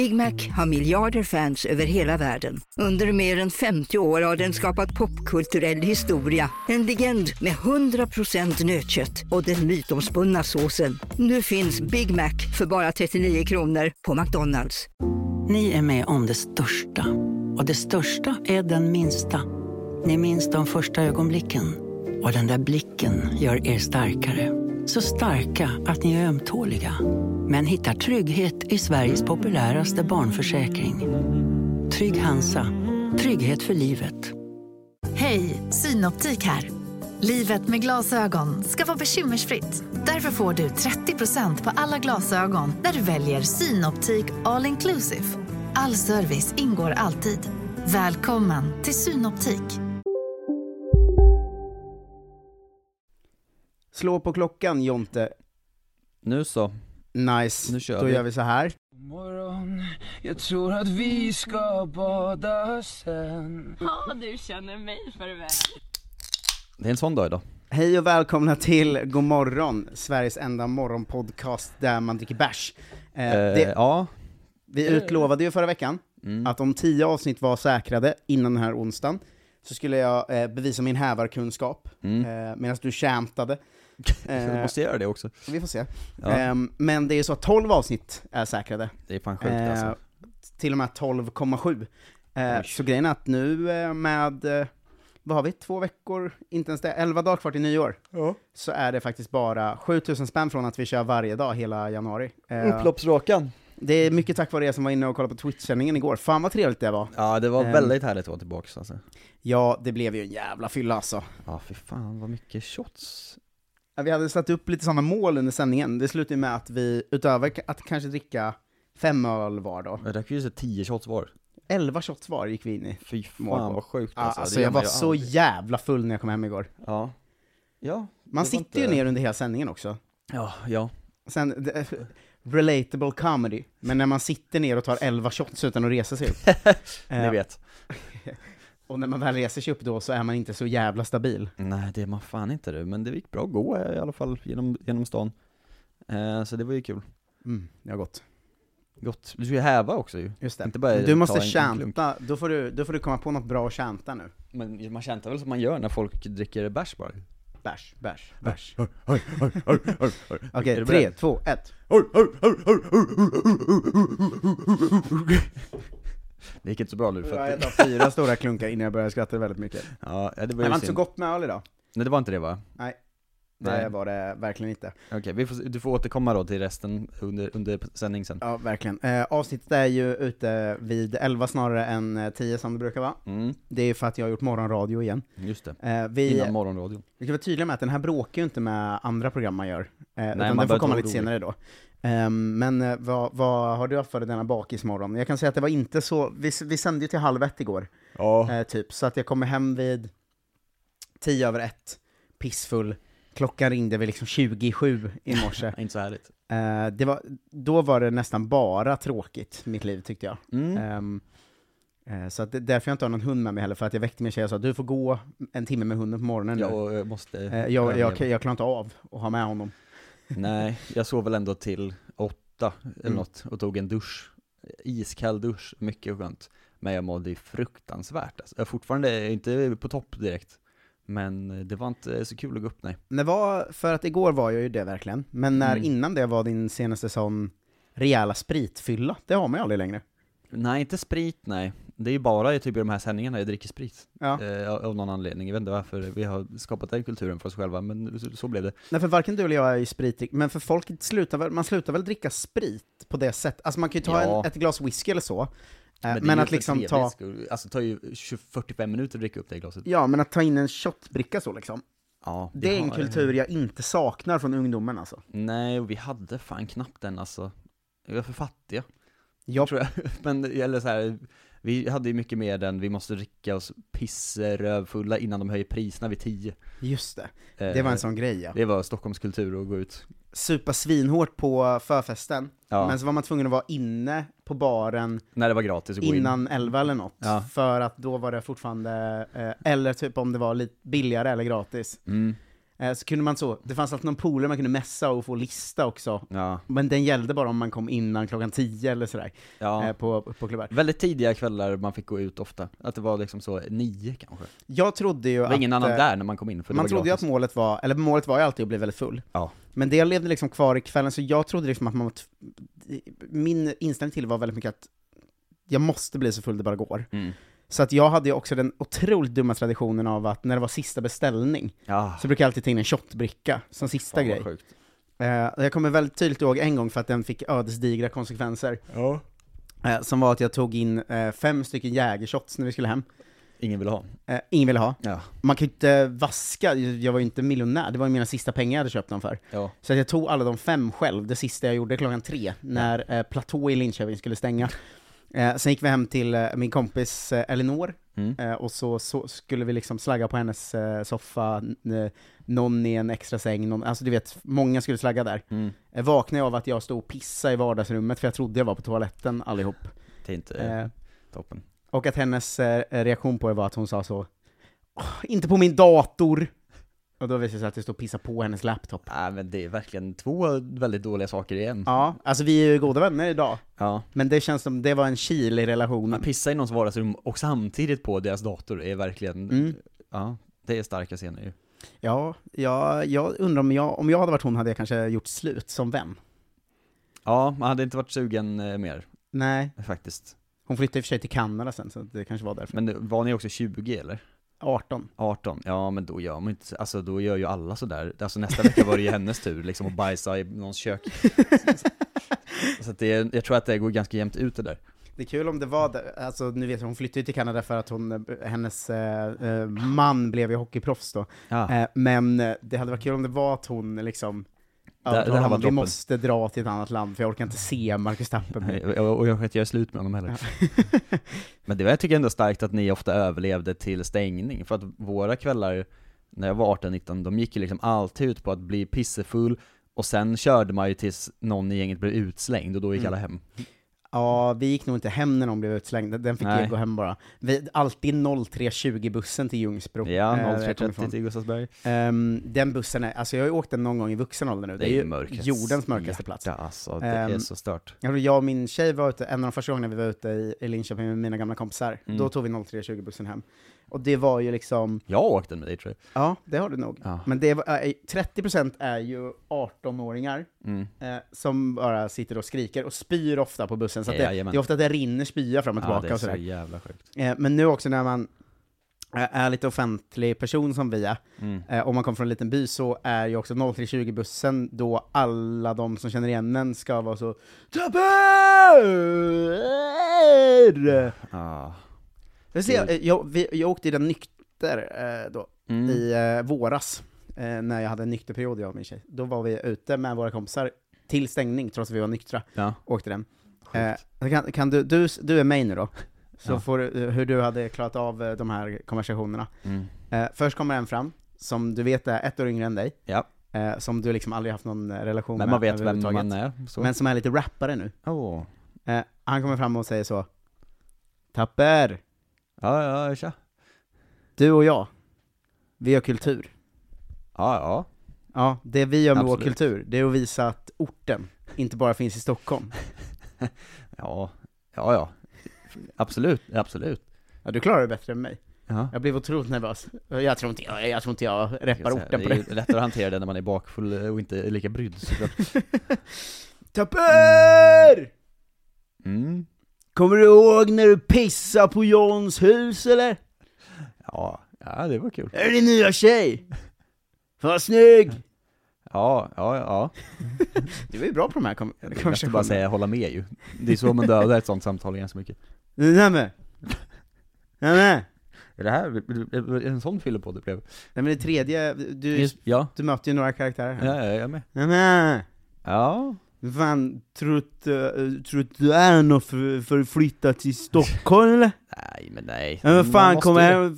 Big Mac har miljarder fans över hela världen. Under mer än 50 år har den skapat popkulturell historia. En legend med 100% nötkött och den mytomspunna såsen. Nu finns Big Mac för bara 39 kronor på McDonald's. Ni är med om det största. Och det största är den minsta. Ni minns de första ögonblicken. Och den där blicken gör er starkare. Så starka att ni är ömtåliga. Men hittar trygghet i Sveriges populäraste barnförsäkring. Trygg Hansa. Trygghet för livet. Hej, Synoptik här. Livet med glasögon ska vara bekymmersfritt. Därför får du 30% på alla glasögon när du väljer Synoptik All Inclusive. All service ingår alltid. Välkommen till Synoptik. Slå på klockan, Jonte. Nu så. Nice, nu kör då vi. gör vi så här. Morgon, jag tror att vi ska bada sen. Ja, du känner mig för väl. Det är en sån dag idag. Hej och välkomna till God morgon, Sveriges enda morgonpodcast där man dricker bärs. Ja. Vi utlovade ju förra veckan att om 10 avsnitt var säkrade innan den här onsdagen så skulle jag bevisa min hävarkunskap medan du kämtade. Du måste göra det också. Vi får se. Ja. Men det är så att 12 avsnitt är säkrade. Det är fan sjukt alltså. Till och med 12,7. Så grejen är att nu med, vad har vi? 2 veckor, inte ens det, 11 dagar kvar till nyår. Ja. Så är det faktiskt bara 7000 spänn från att vi kör varje dag hela januari. Upploppsrakan. Det är mycket tack vare er som var inne och kollade på Twitch-sändningen igår. Fan vad trevligt det var. Ja, det var väldigt härligt att vara tillbaka alltså. Ja, det blev ju en jävla fylla alltså. Ja, för fan vad mycket shots. Vi hade satt upp lite sådana mål under sändningen. Det slutade med att vi, utöver att kanske dricka 5 öl var då. Det drack ju så 10 shots var. 11 shots var gick vi in i. Fy fan vad sjukt alltså. Alltså jag var så jävla full när jag kom hem igår. Ja. Ja. Man sitter ju ner under hela sändningen också. Ja. Sen, relatable comedy. Men när man sitter ner och tar 11 shots utan att resa sig upp. Ni vet. Och när man väl reser sig upp då så är man inte så jävla stabil. Nej, det är man fan inte du. Men det gick bra att gå i alla fall genom stan. Så det var ju kul. Det har gått. Gott. Du ska ju häva också ju. Just det. Inte bara du måste ta en chanta. Då får du komma på något bra att chanta nu. Men man chantar väl som man gör när folk dricker bärs bara. Bärs. Okej, 3, 2, 1. Det gick inte så bra nu för Jag tar 4 stora klunkar innan jag började skratta väldigt mycket. Ja, det var inte så gott med öl idag. Nej, det var inte det va? Nej, det var det verkligen inte. Okej, du får återkomma då till resten under sändning sen. Ja, verkligen. Avsnittet är ju ute vid 11 snarare än 10 som det brukar vara. Det är för att jag har gjort morgonradio igen. Just det, innan morgonradion. Vi kan vara tydliga med att den här bråkar ju inte med andra program man gör. Nej, utan den får komma lite senare då. Men vad har du haft för denna bakismorgon? Jag kan säga att det var inte så, vi sände ju till 12:30 igår. Ja. Typ, så att jag kommer hem vid 10:01, pissfull. Klockan ringde väl liksom 27 i morse. Inte så härligt. Då var det nästan bara tråkigt, mitt liv tyckte jag. Så att därför jag inte har någon hund med mig heller, för att jag väckte min tjej och sa du får gå en timme med hunden på morgonen nu. Jag måste... jag klarar inte av att ha med honom. Nej, jag sov väl ändå till 8 eller något och tog en dusch. Iskall dusch, mycket skönt. Men jag mådde fruktansvärt. Alltså. Jag är fortfarande inte på topp direkt. Men det var inte så kul att gå upp, nej. Det var, för att igår var jag ju det verkligen. Men när innan det var din senaste sån rejäla spritfylla, det har man ju aldrig längre. Nej, inte sprit, nej. Det är ju bara typ i de här sändningarna jag dricker sprit. Ja. Av någon anledning. Jag vet inte varför vi har skapat den kulturen för oss själva, men så blev det. Nej, för varken du eller jag är ju spritdrick, men för folk man slutar väl dricka sprit på det sättet. Alltså man kan ju ta ett glas whisky eller så. Men att liksom ta... Alltså tar ju 45 minuter att dricka upp det glaset. Ja, men att ta in en shotbricka så liksom. Ja, det är en kultur jag inte saknar från ungdomen alltså. Nej, och vi hade fan knappt den alltså. Vi var för fattiga. Ja. Tror jag. Men eller så här, vi hade ju mycket mer än vi måste dricka oss pisserövfulla innan de höjer priserna vid 10. Just det. Det var en sån grej, ja. Det var Stockholms kultur att gå ut. Supa svinhårt på förfesten. Ja. Men så var man tvungen att vara inne på baren när det var gratis att gå innan 11 eller något. Ja. För att då var det fortfarande eller typ om det var lite billigare eller gratis. Så kunde man det fanns alltid någon polare man kunde mässa och få lista också. Ja. Men den gällde bara om man kom innan klockan 10 eller sådär. Ja. På klubbar. Väldigt tidiga kvällar man fick gå ut ofta. Att det var liksom så 9 kanske. Jag trodde ju det var ingen annan där när man kom in, för man det var trodde ju gratis. att målet var ju alltid att bli väldigt full. Ja. Men det levde liksom kvar i kvällen, så jag trodde liksom att min inställning till var väldigt mycket att jag måste bli så full det bara går. Så att jag hade ju också den otroligt dumma traditionen av att när det var sista beställning så brukar jag alltid ta in en shotbricka som sista grej. Jag kommer väldigt tydligt ihåg en gång för att den fick ödesdigra konsekvenser. Som var att jag tog in 5 stycken jägershots när vi skulle hem. Ingen ville ha. Ingen ville ha. Ja. Man kan ju inte vaska, jag var ju inte miljonär, det var ju mina sista pengar jag hade köpt dem för. Ja. Så att jag tog alla de 5 själv, det sista jag gjorde klockan 3, när Platå i Linköping skulle stänga. Sen gick vi hem till min kompis Elinor, och så skulle vi liksom slagga på hennes soffa, någon i en extra säng, alltså du vet, många skulle slagga där. Vaknade jag av att jag stod och pissade i vardagsrummet, för jag trodde jag var på toaletten allihop. Det är inte toppen. Och att hennes reaktion på det var att hon sa så, inte på min dator. Och då visade det sig att det stod och pissa på hennes laptop. Nej, men det är verkligen 2 väldigt dåliga saker igen. Ja, alltså vi är ju goda vänner idag. Ja. Men det känns som det var en kil i relationen. Att pissa i någons vardagsrum och samtidigt på deras dator är verkligen, ja, det är starka scener ju. Ja, jag undrar om jag hade varit hon hade jag kanske gjort slut som vän. Ja, man hade inte varit sugen mer. Nej. Faktiskt. Hon flyttade i och för sig till Kanada sen, så det kanske var därför. Men var ni också 20 eller? 18. Ja, men då gör man inte, alltså då gör ju alla sådär. Alltså nästa vecka var det ju hennes tur liksom att bajsa i någons kök. Så att jag tror att det går ganska jämnt ut det där. Det är kul om det var där, alltså nu vet jag, hon flyttade till Kanada för att hennes man blev ju hockeyproffs då. Ja. Men det hade varit kul om det var att hon liksom vi måste dra till ett annat land för jag orkar inte se Marcus Tapper. Och jag kan inte göra slut med honom heller. Men det var, jag tycker ändå starkt att ni ofta överlevde till stängning. För att våra kvällar när jag var 18-19, de gick ju liksom alltid ut på att bli pissefull. Och sen körde man ju tills någon i gänget blev utslängd och då gick alla hem. Ja, vi gick nog inte hem när någon blev utslängd. Den fick jag gå hem bara. Alltid 03:20-bussen till Ljungsbro. Ja, 03:30 till Gustavsberg. Den bussen alltså jag har ju åkt den någon gång i vuxen ålder nu. Det är ju jordens mörkaste plats. Ja, alltså, det är så stört. Jag och min tjej var ute, en av de första gångerna vi var ute i Linköping med mina gamla kompisar. Då tog vi 03:20-bussen hem. Och det var ju liksom... Jag åkte med dig, tror jag. Ja, det har du nog. Ja. Men det var, 30% är ju 18-åringar som bara sitter och skriker och spyr ofta på bussen. Så att det är ofta att det rinner spya fram och tillbaka. Det är och sådär. Så jävla sjukt. Men nu också när man är lite offentlig person som vi är, om man kommer från en liten by, så är ju också 03:20-bussen då alla de som känner igen en ska vara så Tapper! Jag åkte i den nykter då, i våras, när jag hade en nykterperiod, jag och min tjej. Då var vi ute med våra kompisar till stängning, trots att vi var nyktra. Åkte den. Kan du är mig nu då? Så får hur du hade klarat av de här konversationerna. Först kommer en fram, som du vet är 1 år yngre än dig. Ja. Som du liksom aldrig haft någon relation med. Men man vet vem man är. Så. Men som är lite rappare nu. Han kommer fram och säger så: Tapper! Ja, tja. Du och jag, vi har kultur. Ja. Ja, det vi gör med vår kultur, det är att visa att orten inte bara finns i Stockholm. Ja. Absolut. Ja, du klarar det bättre än mig. Ja. Jag blev otroligt nervös. Jag tror inte jag reppar orten på det. Det är lättare att hantera det när man är bakfull och inte lika brydd. Tapper! Kommer du ihåg när du pissade på Johns hus, eller? Ja, det var kul. Är det din nya tjej? Vad snygg! Ja. Du var ju bra på de här konversationerna. Jag måste bara säga, hålla med ju. Det är så man dödar ett sånt samtal ganska mycket. Nämen! Är det här en sån fyller på det blev? Nej, men det tredje, du möter ju några karaktärer här. Ja, jag är med. Nämen! Ja. Fan, tror du är något för att flytta till Stockholm, eller? Nej. Men fan, kom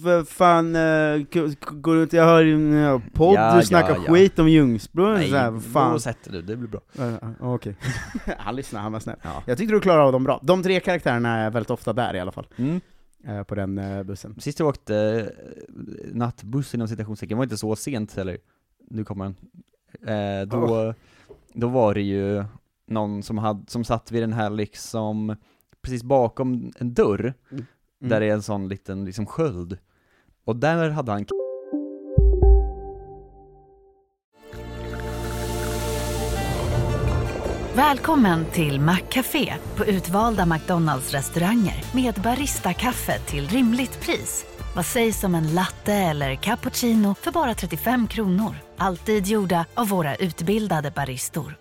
här, går du inte, jag hör en podd, du snackar skit om Ljungsbro. Nej, fan. Då sätter du, det blir bra. Okej. Han lyssnar, han var snäll. Ja. Jag tyckte du klarar av dem bra. De 3 karaktärerna är väldigt ofta där i alla fall. På den bussen. Sist jag åkte nattbuss inom citationstecken, var inte så sent heller. nu kommer den. Då var det ju någon som satt vid den här liksom precis bakom en dörr där det är en sån liten liksom sköld. Och där hade han Välkommen till McCafé på utvalda McDonalds-restauranger med barista-kaffe till rimligt pris. Vad sägs om en latte eller cappuccino för bara 35 kronor? Alltid gjorda av våra utbildade baristor.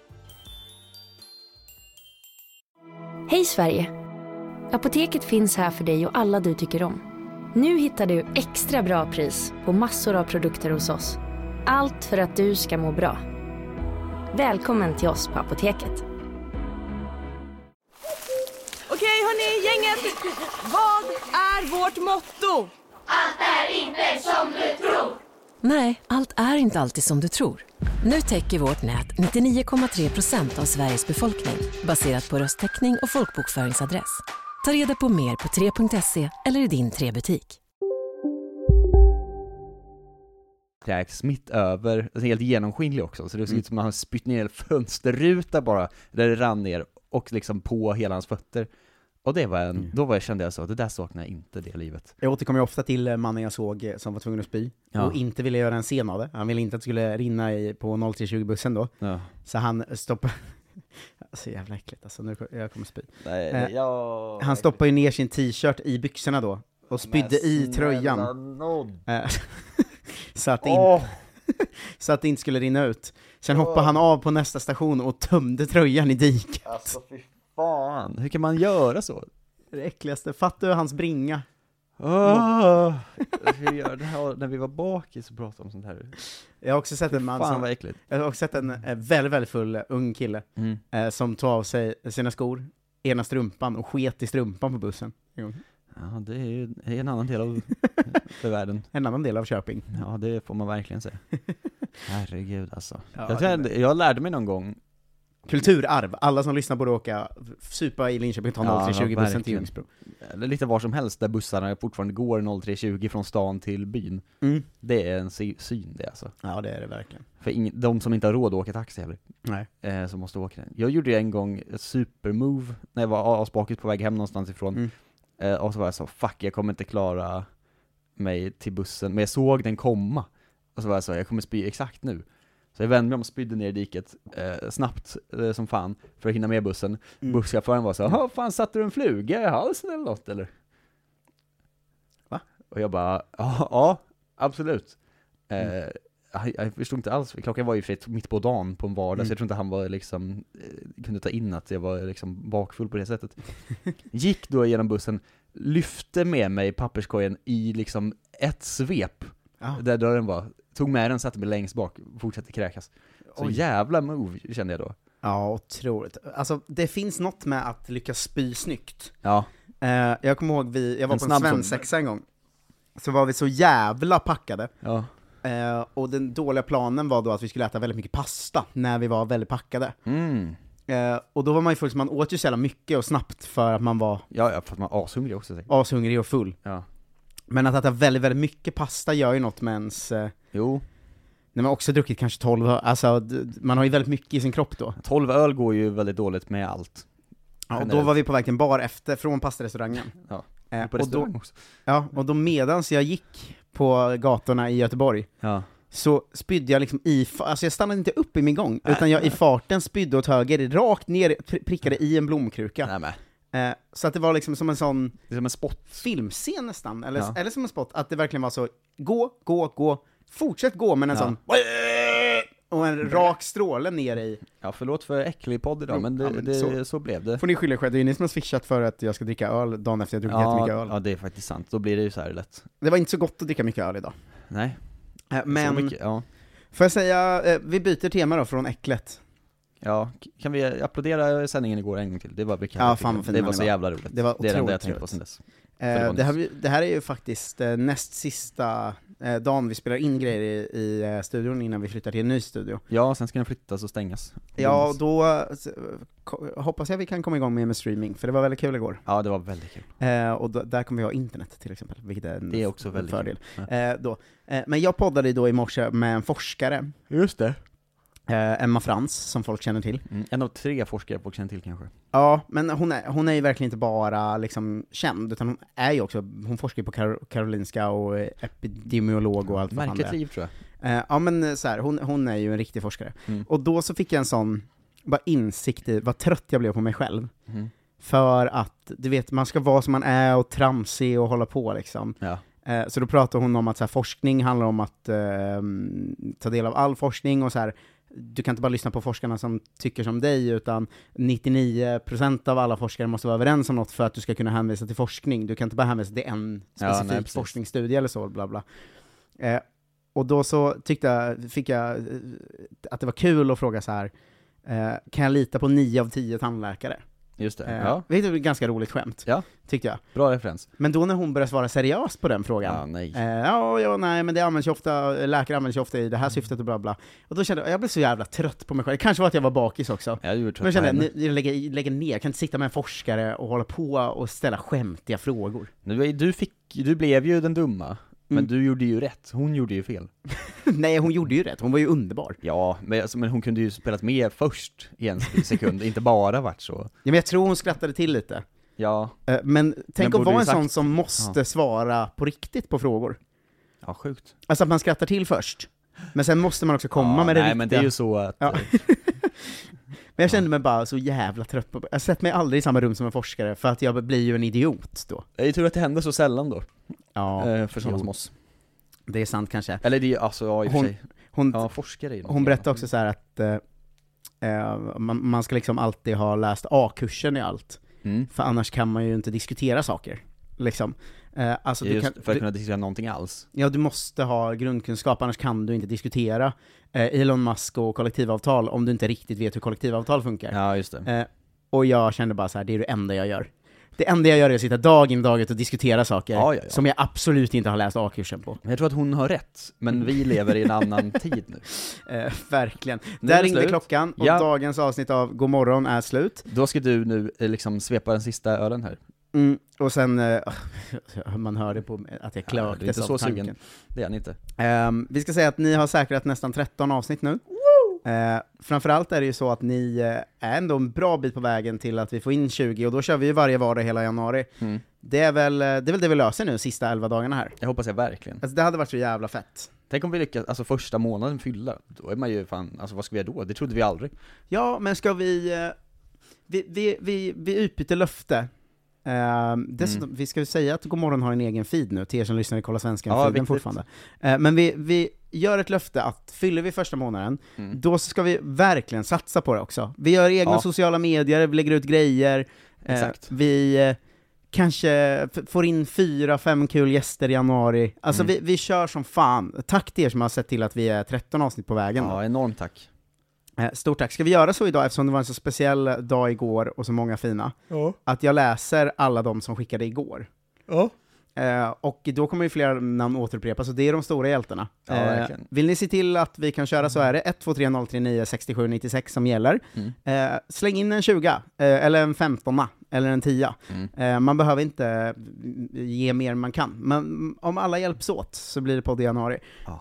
Hej Sverige! Apoteket finns här för dig och alla du tycker om. Nu hittar du extra bra pris på massor av produkter hos oss. Allt för att du ska må bra. Välkommen till oss på Apoteket. Okej hörni, gänget. Vad är vårt motto? Allt är inte som du tror. Nej, allt är inte alltid som du tror. Nu täcker vårt nät 99,3% av Sveriges befolkning baserat på röstteckning och folkbokföringsadress. Ta reda på mer på 3.se eller i din 3-butik. smitt över, alltså helt genomskinlig också, så det ser ut som att han spytt ner en fönsterruta bara, där det rann ner och liksom på hela hans fötter. Och det var kände jag så, det där saknar jag inte, det livet. Jag återkommer ofta till mannen jag såg som var tvungen att spy och inte ville göra en scen av det. Han ville inte att det skulle rinna på 0320-bussen då. Ja. Så han stoppade så jävla äckligt, alltså nu jag kommer spy. Han stoppade ju ner sin t-shirt i byxorna då och spydde i tröjan. Så att det inte skulle rinna ut. Sen hoppade han av på nästa station och tömde tröjan i diket. Alltså fy fan, hur kan man göra så? Det äckligaste, fattar du hans bringa? Vi gör det här när vi var bakis och pratade om sånt här. Jag har också sett en man jag har också sett en väldigt, väldigt full ung kille som tog av sig sina skor, ena strumpan och sket i strumpan på bussen. Ja, det är ju en annan del av världen. En annan del av Köping. Ja, det får man verkligen säga. Herregud alltså. Jag lärde mig någon gång. Kulturarv. Alla som lyssnar borde åka supa i Linköping och ta 0320-bussen till Ljungsbro. Eller lite var som helst där bussarna fortfarande går 0320 från stan till byn. Det är en syn det alltså. Ja, det är det verkligen. För de som inte har råd att åka taxi heller. Nej. Som måste åka den. Jag gjorde en gång ett supermove när jag var asbakigt på väg hem någonstans ifrån. Och så var jag så, fuck, jag kommer inte klara mig till bussen. Men jag såg den komma. Och så var jag så, jag kommer spy exakt nu. Så jag vände mig om och spydde ner i diket snabbt som fan för att hinna med bussen. Busschauffören var så, fan, satte du en fluga i halsen eller något eller? Va? Och jag bara, ja absolut. Jag förstod inte alls, klockan var ju mitt på dagen på en vardag, så jag tror inte han var liksom kunde ta in att jag var liksom bakfull på det sättet. Gick då genom bussen, lyfte med mig papperskorgen i liksom ett svep där dörren var, tog med den, satte mig längst bak och fortsatte kräkas. Så jävla move kände jag då. Ja, otroligt. Alltså det finns något med att lyckas spy snyggt. Ja. Jag kommer ihåg jag var på en svensexa en gång. Så var vi så jävla packade. Ja. Och den dåliga planen var då att vi skulle äta väldigt mycket pasta när vi var väldigt packade. Och då var man ju full, så man åt ju så jävla mycket och snabbt för att man var... Ja, för att man var ashungrig också. Ashungrig och full. Ja. Men att äta väldigt, väldigt mycket pasta gör ju något med ens... Jo. När man också druckit kanske 12 öl, alltså man har ju väldigt mycket i sin kropp då. 12 öl går ju väldigt dåligt med allt. Ja, och då var vi på väg till en bar från pastarestaurangen. Ja, på restaurang också. Ja, och då medans jag gick på gatorna i Göteborg så spydde jag liksom alltså jag stannade inte upp i min gång, utan jag i farten spydde åt höger, rakt ner, prickade i en blomkruka. Så att det var liksom som en sån... Det är som en spot. Filmscen nästan, eller som en spot, att det verkligen var så, gå, fortsätt gå, men en sån... Och en rak stråle ner i... Ja, förlåt för äcklig podd idag, men så blev det. Får ni skylla själv, det är ju ni som har switchat för att jag ska dricka öl dagen efter jag druckit jättemycket öl. Ja, det är faktiskt sant, då blir det ju så här lätt. Det var inte så gott att dricka mycket öl idag. Nej. Men, så mycket, får jag säga, vi byter tema då från äcklet. Ja, kan vi applådera sändningen igår en gång till? Det var det var så jävla roligt. Det var det är det jag tänkt på sen dess. Det här är ju faktiskt näst sista dagen vi spelar in grejer i studion innan vi flyttar till en ny studio. Ja, sen ska den flyttas och stängas. Ja, då hoppas jag vi kan komma igång med streaming, för det var väldigt kul igår. Ja, det var väldigt kul. Och där kommer vi ha internet till exempel, vilket är det är också väldigt fördel. Kul. Men jag poddade då i morse med en forskare. Just det. Emma Frans, som folk känner till. En av 3 forskare folk känner till kanske. Ja, men hon är ju verkligen inte bara liksom känd, utan hon är ju också, hon forskar ju på Karolinska och epidemiolog och allt vad märkligt liv, tror jag. Ja, men så här, hon är ju en riktig forskare. Och då så fick jag en sån bara insikt i vad trött jag blev på mig själv. För att, du vet, man ska vara som man är och tramsig och hålla på liksom. Ja. Så då pratar hon om att så här, forskning handlar om att ta del av all forskning, och så här, du kan inte bara lyssna på forskarna som tycker som dig, utan 99% av alla forskare måste vara överens om något för att du ska kunna hänvisa till forskning. Du kan inte bara hänvisa till en specifik forskningsstudie eller så, bla bla. Och då så fick jag att det var kul att fråga så här: kan jag lita på 9 av 10 tandläkare? Just det, ja. Det är ett ganska roligt skämt, tyckte jag. Bra referens. Men då när hon började svara seriöst på den frågan, nej, men det används ju ofta, läkare används ju ofta i det här syftet och bla bla. Och då kände jag blev så jävla trött på mig själv. Kanske var att jag var bakis också. Men jag kände, jag lägger ner, jag kan inte sitta med en forskare och hålla på och ställa skämtiga frågor. Du blev ju den dumma. Men du gjorde ju rätt, hon gjorde ju fel. Nej, hon gjorde ju rätt, hon var ju underbar. Ja, men hon kunde ju spelat med först i en sekund, inte bara varit så. Ja, men jag tror hon skrattade till lite. Ja. Men tänk att vara en sån som måste svara på riktigt på frågor. Ja, sjukt. Alltså att man skrattar till först, men sen måste man också komma med det riktiga. Nej, men det är ju så att... Ja. Men jag kände mig bara så jävla trött på... Jag sätter mig aldrig i samma rum som en forskare, för att jag blir ju en idiot då. Jag tror att det händer så sällan då. Ja, för sådana som oss. Det är sant kanske. Eller det är alltså, ja, i och för sig. Forskare hon berättade också så här att man ska liksom alltid ha läst A-kursen i allt. För annars kan man ju inte diskutera saker. Liksom. Alltså för att kunna diskutera någonting alls. Ja, du måste ha grundkunskap, annars kan du inte diskutera Elon Musk och kollektivavtal om du inte riktigt vet hur kollektivavtal funkar. Ja, just det. Och jag kände bara så här, det är det enda jag gör. Det enda jag gör är att sitta dag in dag ut och diskutera saker som jag absolut inte har läst A-kursen på. Jag tror att hon har rätt, men vi lever i en annan tid nu. Verkligen. Där ringde klockan och dagens avsnitt av God morgon är slut. Då ska du nu liksom svepa den sista ölen här. Och sen, man hörde på att jag klöktes av tanken. Sugen. Det är han inte. Vi ska säga att ni har säkrat nästan 13 avsnitt nu. Framförallt är det ju så att ni är ändå en bra bit på vägen till att vi får in 20, och då kör vi ju varje vardag hela januari. Det är väl det vi löser nu, sista 11 dagarna här. Jag hoppas jag verkligen. Alltså det hade varit så jävla fett. Tänk om vi lyckas, alltså första månaden fylla, då är man ju fan, alltså vad ska vi göra då? Det trodde vi aldrig. Ja, men ska vi utbyter löfte. Dessutom, vi ska ju säga att God morgon har en egen feed nu till er som lyssnar i Kolla Svenskan-feeden fortfarande. Men vi gör ett löfte att fyller vi första månaden, då ska vi verkligen satsa på det också. Vi gör egna sociala medier, vi lägger ut grejer. Vi kanske får in 4-5 kul gäster i januari. Alltså vi kör som fan. Tack till er som har sett till att vi är 13 avsnitt på vägen. Ja, enormt tack. Stort tack. Ska vi göra så idag, eftersom det var en så speciell dag igår och så många fina, att jag läser alla de som skickade igår. Och då kommer ju flera namn återupprepas, så det är de stora hjältarna. Vill ni se till att vi kan köra, så är det 12303967796 som gäller. Släng in en 20, eller en 15, eller en 10. Man behöver inte ge mer än man kan, men om alla hjälps åt så blir det podd i januari.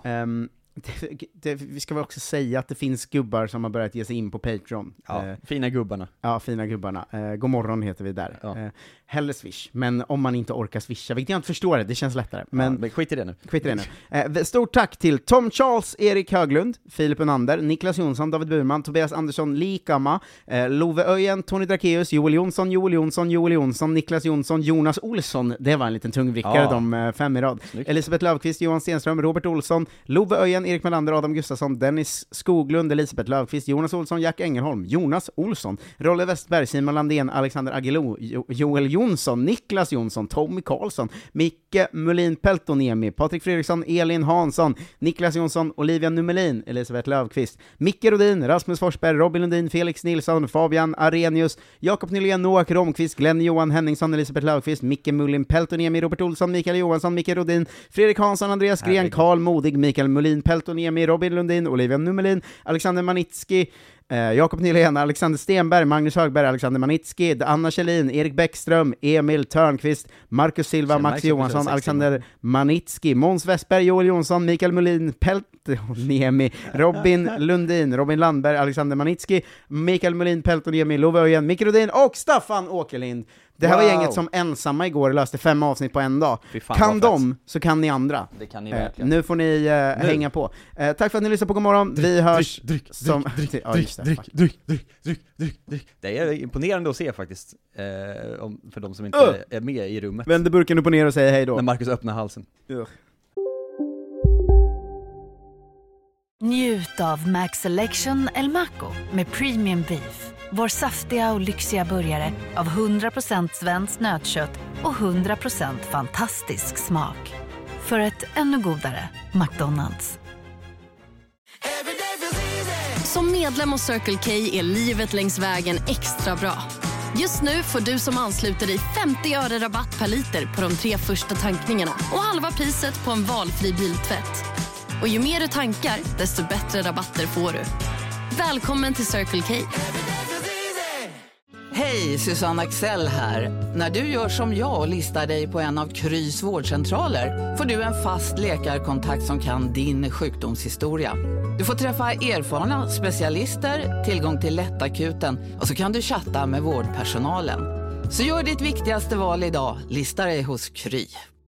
Vi ska väl också säga att det finns gubbar som har börjat ge sig in på Patreon. Fina gubbarna. Ja, fina gubbarna. God morgon heter vi där. Hellre swish, men om man inte orkar swisha, vilket jag inte förstår det känns lättare. Men skit i det nu. Stort tack till Tom Charles, Erik Höglund, Filip Unander, Niklas Jonsson, David Burman, Tobias Andersson, Likama, Love Öjen, Tony Drakeus, Joel Jonsson, Niklas Jonsson, Jonas Olsson, det var en liten tungvrickare, de 5 i rad. Snyggt. Elisabeth Löfqvist, Johan Stenström, Robert Olsson, Love Öjen, Erik Melander, Adam Gustafsson, Dennis Skoglund, Elisabeth Löfqvist, Jonas Olsson, Jack Engelholm, Jonas Olsson, Rolle Westberg, Simon Landén, Alexander Agelo, Joel Jonsson, Niklas Jonsson, Tommy Karlsson, Micke Mulin Peltoniemi, Patrik Fredriksson, Elin Hansson, Niklas Jonsson, Olivia Numelin, Elisabeth Löfqvist, Micke Rodin, Rasmus Forsberg, Robin Lundin, Felix Nilsson, Fabian Arrhenius, Jakob Nylén, Noak Romqvist, Glenn Johan Henningsson, Elisabeth Löfqvist, Micke Mulin Peltoniemi, Robert Olsson, Mikael Johansson, Micke Rodin, Fredrik Hansson, Andreas Gren, Karl Modig, Mikael Mulin Peltoniemi, Robin Lundin, Olivia Numelin, Alexander Manitski, Jakob Nylén, Alexander Stenberg, Magnus Högberg, Alexander Manitski, Anna Kjellin, Erik Bäckström, Emil Törnqvist, Marcus Silva, Max Johansson, Alexander Manitski, Måns Westberg, Joel Jonsson, Mikael Mulin Peltoniemi, Robin Lundin, Robin Landberg, Alexander Manitski, Mikael Mulin Peltoniemi, Love Öjen, Micke Rodin och Staffan Åkerlind. Det här var gänget som ensamma igår löste 5 avsnitt på en dag. Kan de, så kan ni andra. Det kan ni verkligen. Nu får ni hänga på. Tack för att ni lyssnade på Godmorgon. Vi hörs dryck. Det är imponerande att se faktiskt, för de som inte är med i rummet. Vänder burken upp och ner och säger hej då. När Marcus öppnar halsen. Njut av Max Selection El Maco med Premium Beef. Vår saftiga och lyxiga burgare av 100% svenskt nötkött och 100% fantastisk smak. För ett ännu godare McDonald's. Som medlem hos Circle K är livet längs vägen extra bra. Just nu får du som ansluter dig 50 öre rabatt per liter på de 3 första tankningarna och halva priset på en valfri biltvätt. Och ju mer du tankar, desto bättre rabatter får du. Välkommen till Circle K. Hej, Susanne Axel här. När du gör som jag och listar dig på en av Krys vårdcentraler får du en fast läkarkontakt som kan din sjukdomshistoria. Du får träffa erfarna specialister, tillgång till lättakuten och så kan du chatta med vårdpersonalen. Så gör ditt viktigaste val idag, lista dig hos Kry.